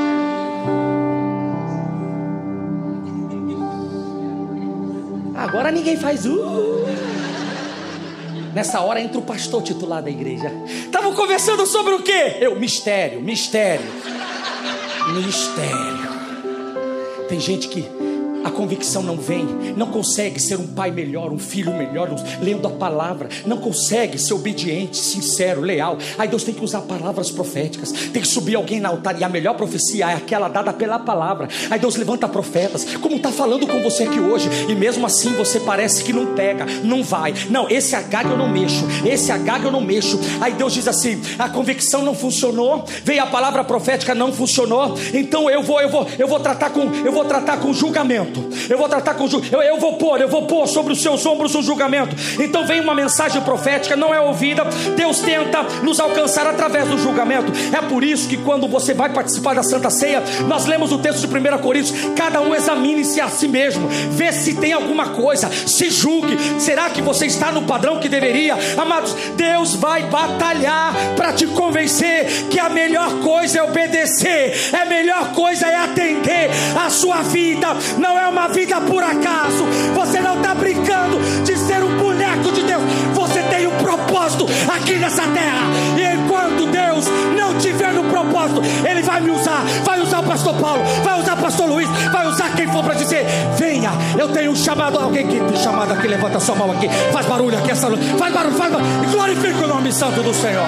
Agora ninguém faz uh. Nessa hora entra o pastor titular da igreja. Estavam conversando sobre o quê? Eu, mistério, mistério Mistério. Tem gente que a convicção não vem, não consegue ser um pai melhor, um filho melhor, lendo a palavra, não consegue ser obediente, sincero, leal. Aí Deus tem que usar palavras proféticas, tem que subir alguém no altar, e a melhor profecia é aquela dada pela palavra. Aí Deus levanta profetas, como está falando com você aqui hoje, e mesmo assim você parece que não pega, não vai. Não, esse Agag eu não mexo, esse Agag eu não mexo. Aí Deus diz assim: a convicção não funcionou, veio a palavra profética, não funcionou. Então eu vou, eu vou, eu vou tratar com, eu vou tratar com julgamento. Eu vou tratar com eu, eu vou pôr, eu vou pôr sobre os seus ombros um julgamento. Então vem uma mensagem profética, não é ouvida. Deus tenta nos alcançar através do julgamento. É por isso que quando você vai participar da Santa Ceia, nós lemos o texto de primeira Coríntios: cada um examine-se a si mesmo, vê se tem alguma coisa, se julgue. Será que você está no padrão que deveria? Amados, Deus vai batalhar para te convencer que a melhor coisa é obedecer, a melhor coisa é atender. A sua vida não é uma vida por acaso. Você não está brincando de ser um boneco de Deus. Você tem um propósito aqui nessa terra. E enquanto Deus não tiver no propósito, Ele vai me usar. Vai usar o pastor Paulo, vai usar o pastor Luiz, vai usar quem for para dizer: venha, eu tenho um chamado. Alguém que tem chamado aqui, levanta sua mão aqui. Faz barulho aqui, essa... faz barulho, faz barulho. E glorifica o nome santo do Senhor.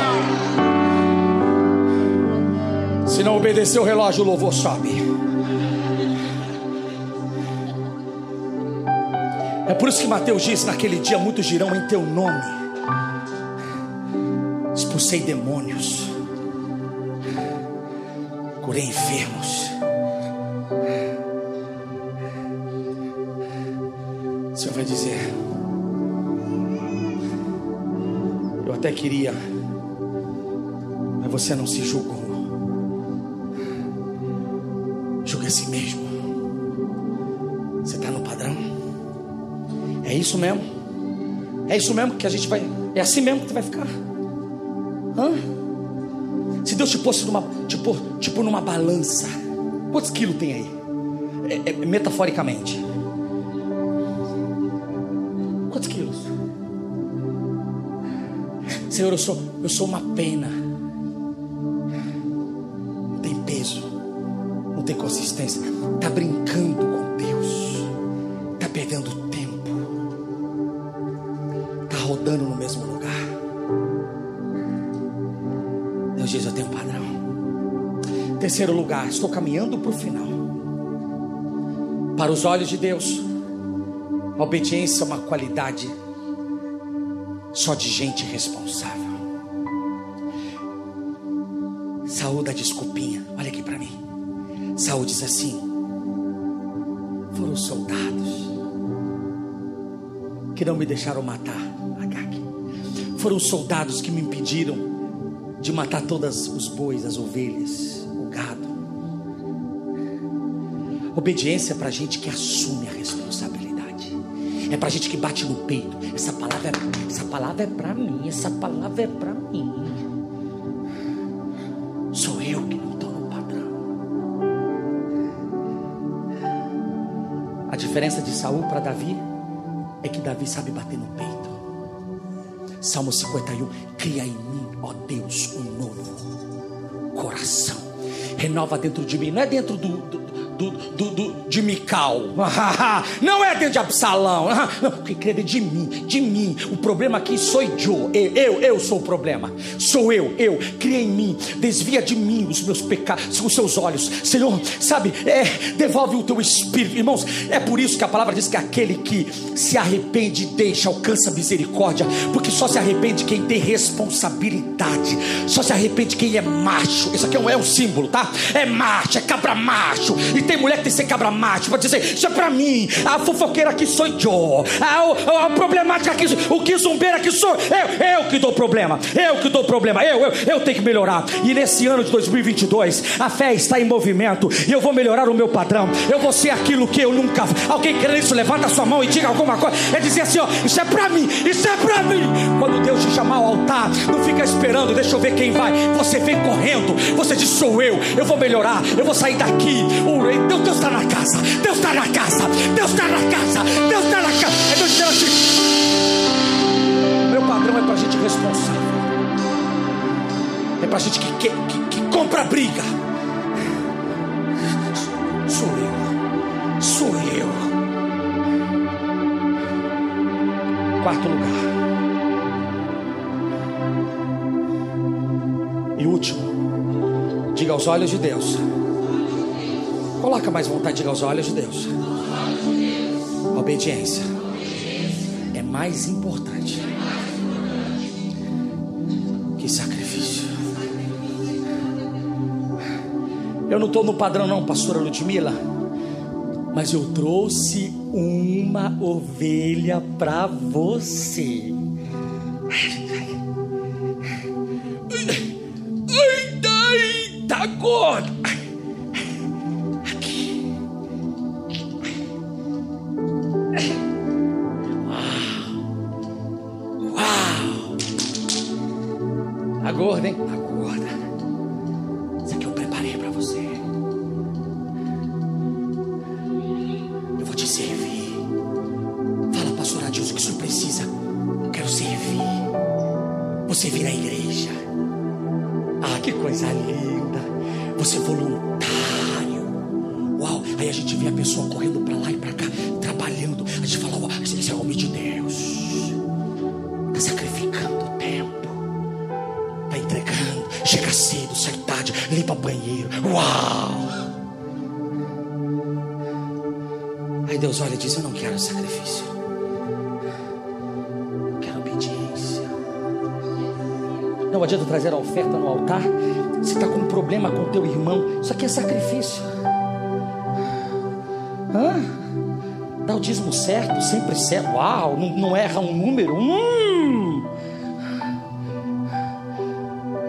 Se não obedecer o relógio, o louvor sobe. É por isso que Mateus diz: naquele dia muitos dirão em teu nome: expulsei demônios, curei enfermos. O Senhor vai dizer: até queria, mas você não se julgou. Julgue a si mesmo. Você está no padrão? É isso mesmo? É isso mesmo que a gente vai... É assim mesmo que tu vai ficar? Hã? Se Deus te pôs numa, tipo, tipo numa balança, quantos quilos tem aí? É, é, metaforicamente. Quantos quilos? Senhor, eu sou, eu sou uma pena. Não tem peso, não tem consistência. Está brincando com Deus, está perdendo tempo, está rodando no mesmo lugar. Deus diz: eu tenho um padrão. Terceiro lugar, estou caminhando para o final. Para os olhos de Deus, a obediência é uma qualidade só de gente responsável. Saul dá desculpinha. Olha aqui para mim. Saul diz assim: foram os soldados que não me deixaram matar Agag. Foram os soldados que me impediram de matar todos os bois, as ovelhas, o gado. Obediência é para gente que assume a responsabilidade. É para gente que bate no peito. Essa palavra é, essa palavra é para mim. Essa palavra é para mim. Sou eu que não estou no padrão. A diferença de Saul para Davi é que Davi sabe bater no peito. Salmo cinquenta e um: cria em mim, ó Deus, um novo coração. Renova dentro de mim. Não é dentro do, do Do, do, do, de Mical, não é dentro de Absalão, não, porque crê de mim, de mim. O problema aqui sou eu, eu, eu, eu sou o problema, sou eu, eu. Cria em mim, desvia de mim os meus pecados, os seus olhos, Senhor, sabe, é, devolve o teu espírito, irmãos. É por isso que a palavra diz que aquele que se arrepende e deixa, alcança misericórdia, porque só se arrepende quem tem responsabilidade, só se arrepende quem é macho. Isso aqui é um, é um símbolo, tá? É macho, é cabra macho. E tem mulher que tem que ser cabra macho para dizer: isso é pra mim. A fofoqueira aqui sou eu. A, a, a problemática aqui, o que zumbeira aqui sou eu. Eu que dou problema. Eu que dou problema. Eu, eu, eu tenho que melhorar. E nesse ano de dois mil e vinte e dois, a fé está em movimento. E eu vou melhorar o meu padrão. Eu vou ser aquilo que eu nunca. Alguém quer isso? Levanta a sua mão e diga alguma coisa. É dizer assim: ó, isso é pra mim. Isso é pra mim. Quando Deus te chamar ao altar, não fica esperando. Deixa eu ver quem vai. Você vem correndo. Você diz: sou eu. Eu vou melhorar. Eu vou sair daqui. O Deus, Deus está na casa, Deus está na casa, Deus está na casa, Deus está na casa. É Deus dizendo assim: meu padrão é para gente responsável, é para gente que, que, que, que compra briga. Sou eu, sou eu. Quarto lugar e último, diga aos olhos de Deus. Coloca mais vontade, diga aos olhos de Deus. A obediência é mais importante que sacrifício. Eu não estou no padrão não, pastora Ludmila, mas eu trouxe uma ovelha para você. Eita, gordo. Gorda, hein? A gorda. Isso aqui eu preparei para você. Eu vou te servir. Fala, pastor Adilson, que o senhor precisa. Eu quero servir. Vou servir a igreja. Ah, que coisa linda. Você é voluntário. Uau. Aí a gente vê a pessoa correndo para lá e para cá, trabalhando. A gente fala: uau, esse é o homem de Deus. Está sacrificando o tempo. Entregando, chega cedo, sai tarde, limpa banheiro. Uau! Aí Deus olha e diz: eu não quero sacrifício, eu quero obediência. Não adianta trazer a oferta no altar. Você está com um problema com teu irmão, isso aqui é sacrifício. Hã? Dá o dízimo certo, sempre certo. Uau, não, não erra um número. Hum.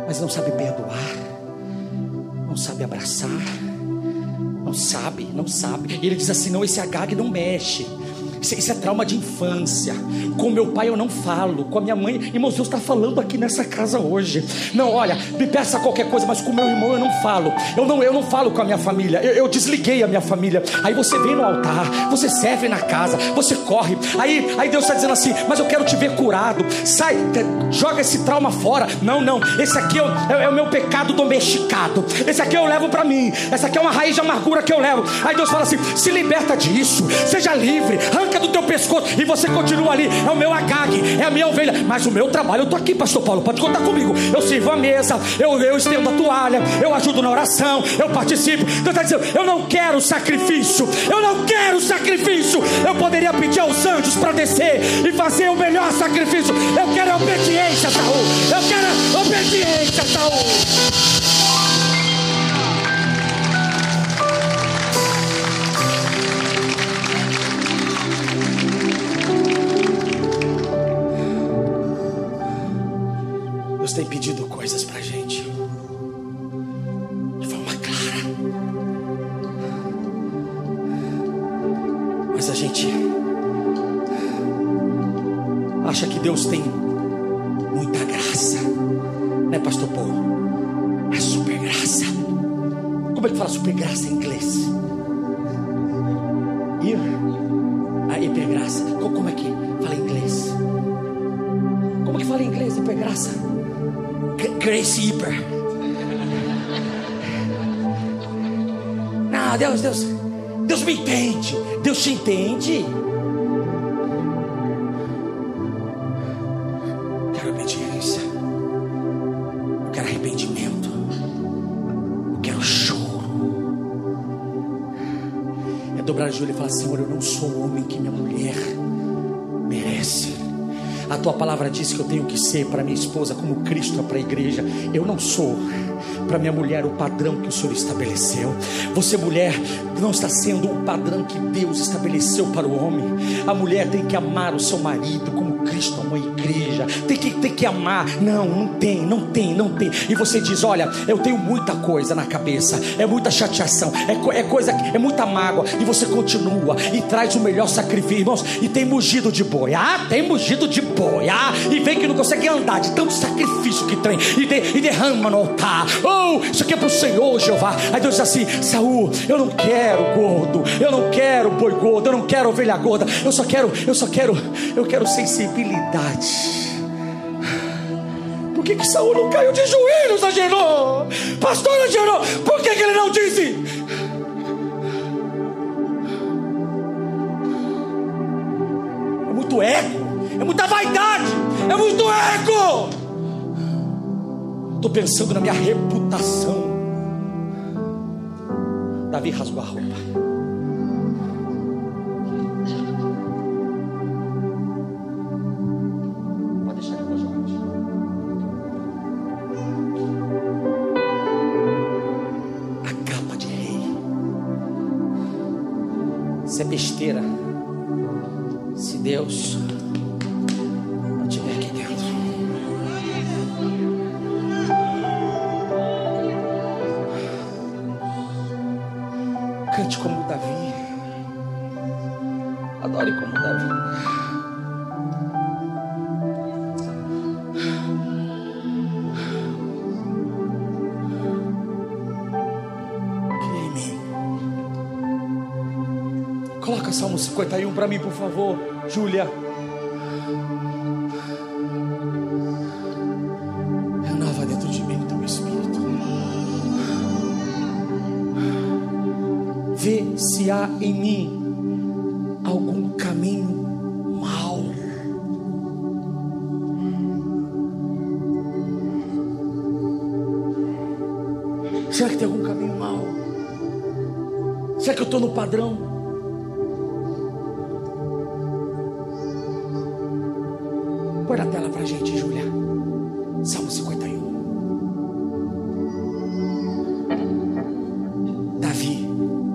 mas não sabe perdoar, não sabe abraçar, não sabe, não sabe. E ele diz assim: não, esse Agag não mexe. Isso, isso é trauma de infância. Com meu pai eu não falo, com a minha mãe. Irmãos, Deus está falando aqui nessa casa hoje. Não, olha, me peça qualquer coisa, mas com meu irmão eu não falo. Eu não, eu não falo com a minha família. Eu, eu desliguei a minha família. Aí você vem no altar, você serve na casa, você corre. Aí, aí Deus está dizendo assim: mas eu quero te ver curado. Sai, joga esse trauma fora. Não, não, esse aqui é o, é, é o meu pecado domesticado. Esse aqui eu levo para mim. Essa aqui é uma raiz de amargura que eu levo. Aí Deus fala assim: se liberta disso, seja livre, arranca do teu pescoço. E você continua ali. É o meu Agag, é a minha ovelha. Mas o meu trabalho, eu estou aqui, pastor Paulo, pode contar comigo. Eu sirvo a mesa, eu, eu estendo a toalha, eu ajudo na oração, eu participo. Deus está dizendo: eu não quero sacrifício, eu não quero sacrifício. Eu poderia pedir aos anjos para descer e fazer o melhor sacrifício. Eu quero obediência, Saul. Eu quero obediência, Saul. Deus tem pedido coisas pra gente de forma clara, mas a gente acha que Deus tem muita graça, né, pastor Paulo? É super graça. Como é que fala super graça em inglês? Hier, a hipergraça. Como é que fala em inglês? Como é que fala em inglês hipergraça? Grace Hyper. Não, Deus, Deus, Deus me entende. Deus te entende. Quero obediência. Eu quero arrependimento. Eu quero choro. É dobrar a joelho e falar: Senhor, eu não sou o homem que minha mulher merece. A tua palavra diz que eu tenho que ser para minha esposa como Cristo é para a igreja. Eu não sou para minha mulher o padrão que o Senhor estabeleceu. Você, mulher, não está sendo o padrão que Deus estabeleceu para o homem. A mulher tem que amar o seu marido como Cristo amou a igreja. Tem que, tem que amar. Não, não tem, não tem, não tem. E você diz: olha, eu tenho muita coisa na cabeça, é muita chateação, é, é coisa, é muita mágoa. E você continua e traz o melhor sacrifício, irmãos. E tem mugido de boi. Ah, tem mugido de boi. Ah, e vem que não consegue andar de tanto sacrifício que tem. E, de, e derrama no altar. Oh, isso aqui é para o Senhor, Jeová. Aí Deus diz assim: Saul, eu não quero gordo, eu não quero boi gordo, eu não quero ovelha gorda. Eu só quero, eu só quero, eu quero sensibilidade. Por que que Saul não caiu de joelhos, Agenor? Pastor Agenor, por que que ele não disse? É muito ego, é muita vaidade, é muito ego. Estou pensando na minha reputação. Davi rasgou a roupa. Pode deixar que eu vou jogar. A capa de rei. Isso é besteira. Se Deus não estiver aqui dentro. Cante como Davi. Adore como Davi. Cria em mim. Coloca Salmo cinquenta e um para mim, por favor, Júlia. Renova dentro de mim o teu espírito. Vê se há em mim algum caminho mau. Será que tem algum caminho mau? Será que eu estou no padrão? Põe na tela pra gente, Júlia. Salmo cinquenta e um. Davi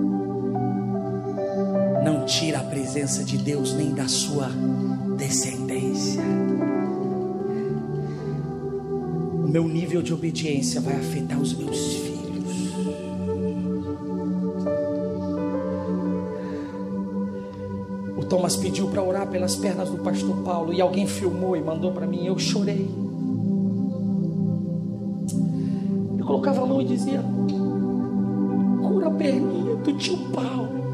não tira a presença de Deus nem da sua descendência. O meu nível de obediência vai afetar os meus filhos. O Thomas pediu para orar pelas pernas do pastor Paulo, e alguém filmou e mandou para mim. Eu chorei. Eu colocava a mão e dizia: cura a perninha do tio Paulo.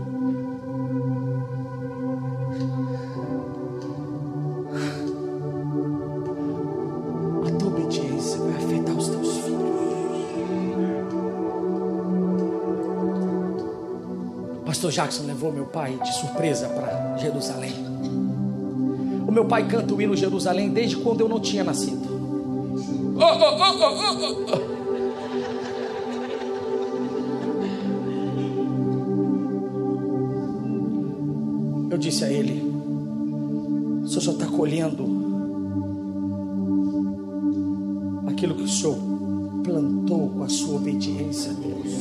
Pastor Jackson levou meu pai de surpresa para Jerusalém. O meu pai canta o hino Jerusalém desde quando eu não tinha nascido. Oh, oh, oh, oh, oh, oh. Eu disse a ele: o senhor só está colhendo aquilo que o senhor plantou com a sua obediência a Deus.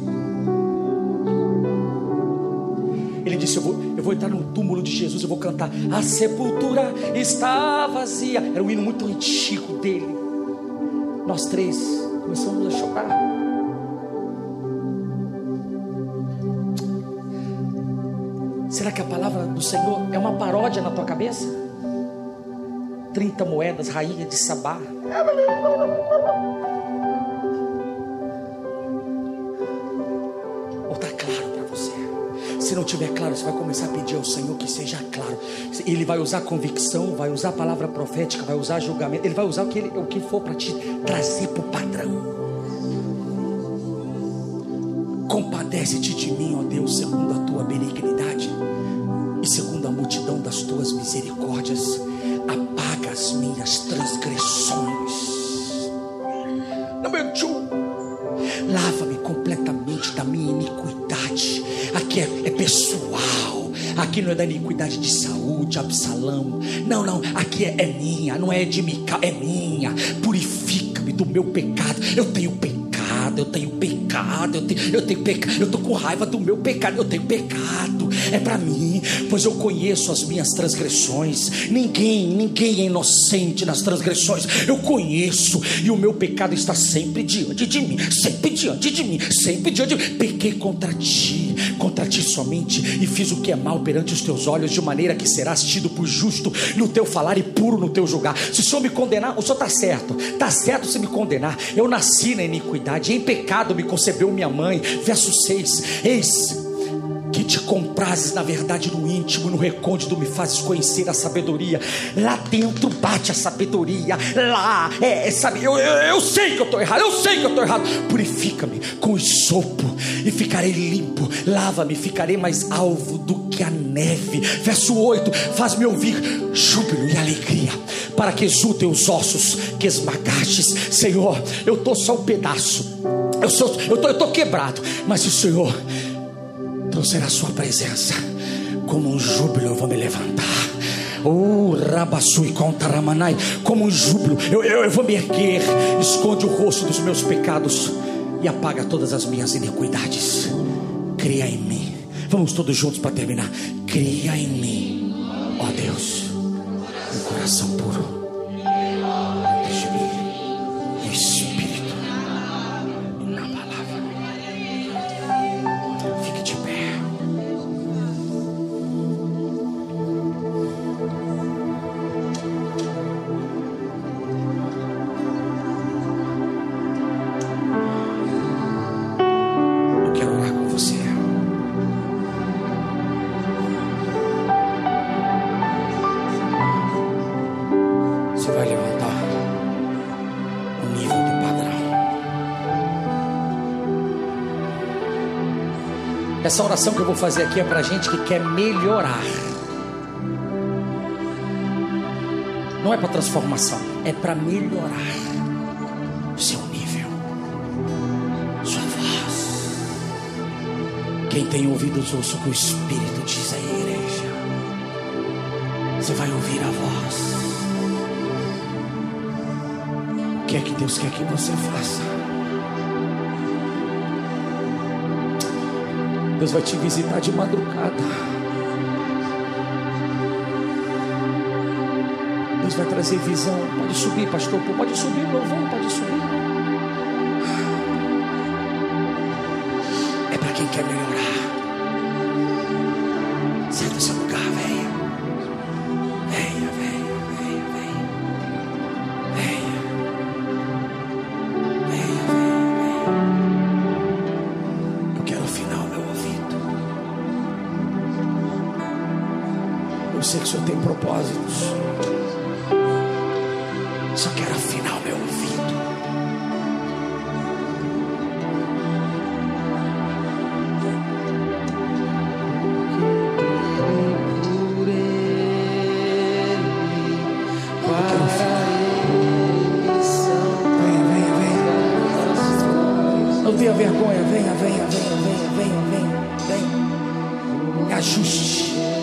Ele disse: eu vou, eu vou entrar no túmulo de Jesus, eu vou cantar a sepultura está vazia. Era um hino muito antigo dele. Nós três começamos a chorar. Será que a palavra do Senhor é uma paródia na tua cabeça? trinta moedas, rainha de Sabá. Ou está claro para você? Se não tiver claro, você vai começar a pedir ao Senhor que seja claro. Ele vai usar convicção, vai usar a palavra profética, vai usar julgamento. Ele vai usar o que, ele, o que for para te trazer para o padrão. Compadece-te de mim, ó Deus, segundo a tua benignidade e segundo a multidão das tuas misericórdias. Apaga as minhas transgressões. Número dois, lava-me completamente da minha iniquidade. Aqui é, é pessoal. Aqui não é da iniquidade de Saúl, de Absalão. Não, não, aqui é, é minha. Não é de Mical, é minha. Purifica-me do meu pecado. Eu tenho pecado, eu tenho pecado, eu tenho, eu tenho pecado. Eu estou com raiva do meu pecado. Eu tenho pecado, é para mim, pois eu conheço as minhas transgressões. Ninguém, ninguém é inocente nas transgressões. Eu conheço, e o meu pecado está sempre diante de mim. Sempre diante de mim, sempre diante de mim. Pequei contra ti, contra ti somente, e fiz o que é mal perante os teus olhos, de maneira que serás tido por justo no teu falar e puro no teu julgar. Se o Senhor me condenar, o Senhor está certo. Está certo se me condenar. Eu nasci na iniquidade, em pecado me concebeu minha mãe. Verso seis: eis que te comprazes na verdade no íntimo, no recôndito me fazes conhecer a sabedoria. Lá dentro bate a sabedoria. Lá, é, sabe, eu, eu, eu sei que eu estou errado, eu sei que eu estou errado. Purifica-me com isopo e ficarei limpo. Lava-me, ficarei mais alvo do que a neve. Verso oito: faz-me ouvir júbilo e alegria, para que exultem os ossos que esmagastes. Senhor, eu estou só um pedaço, eu estou eu tô, eu tô quebrado, mas se o Senhor trouxer a sua presença, como um júbilo eu vou me levantar. Oh, rabassui contra ramanai, como um júbilo eu, eu, eu vou me erguer. Esconde o rosto dos meus pecados e apaga todas as minhas iniquidades. Cria em mim. Vamos todos juntos para terminar. Cria em mim, ó Deus, um coração puro. Deixe-me Espírito na palavra. Fique de pé. Eu quero orar com você. Você vai levantar o nível do padrão. Essa oração que eu vou fazer aqui é para gente que quer melhorar. Não é para transformação, é para melhorar o seu nível, sua voz. Quem tem ouvidos ouça o que o Espírito diz à igreja. Você vai ouvir a voz. O que é que Deus quer que você faça? Deus vai te visitar de madrugada. Deus vai trazer visão. Pode subir, pastor, pode subir o louvor, pode subir. É para quem quer melhorar. Sai do seu lugar, venha. Venha, venha, venha, venha. Venha. Venha, venha, venha. Eu quero afinar o meu ouvido. Eu sei que o Senhor tem propósitos. Só quero afinar o meu ouvido. Não tenha vergonha, venha, venha, venha, venha, venha, venha, venha. É ajuste.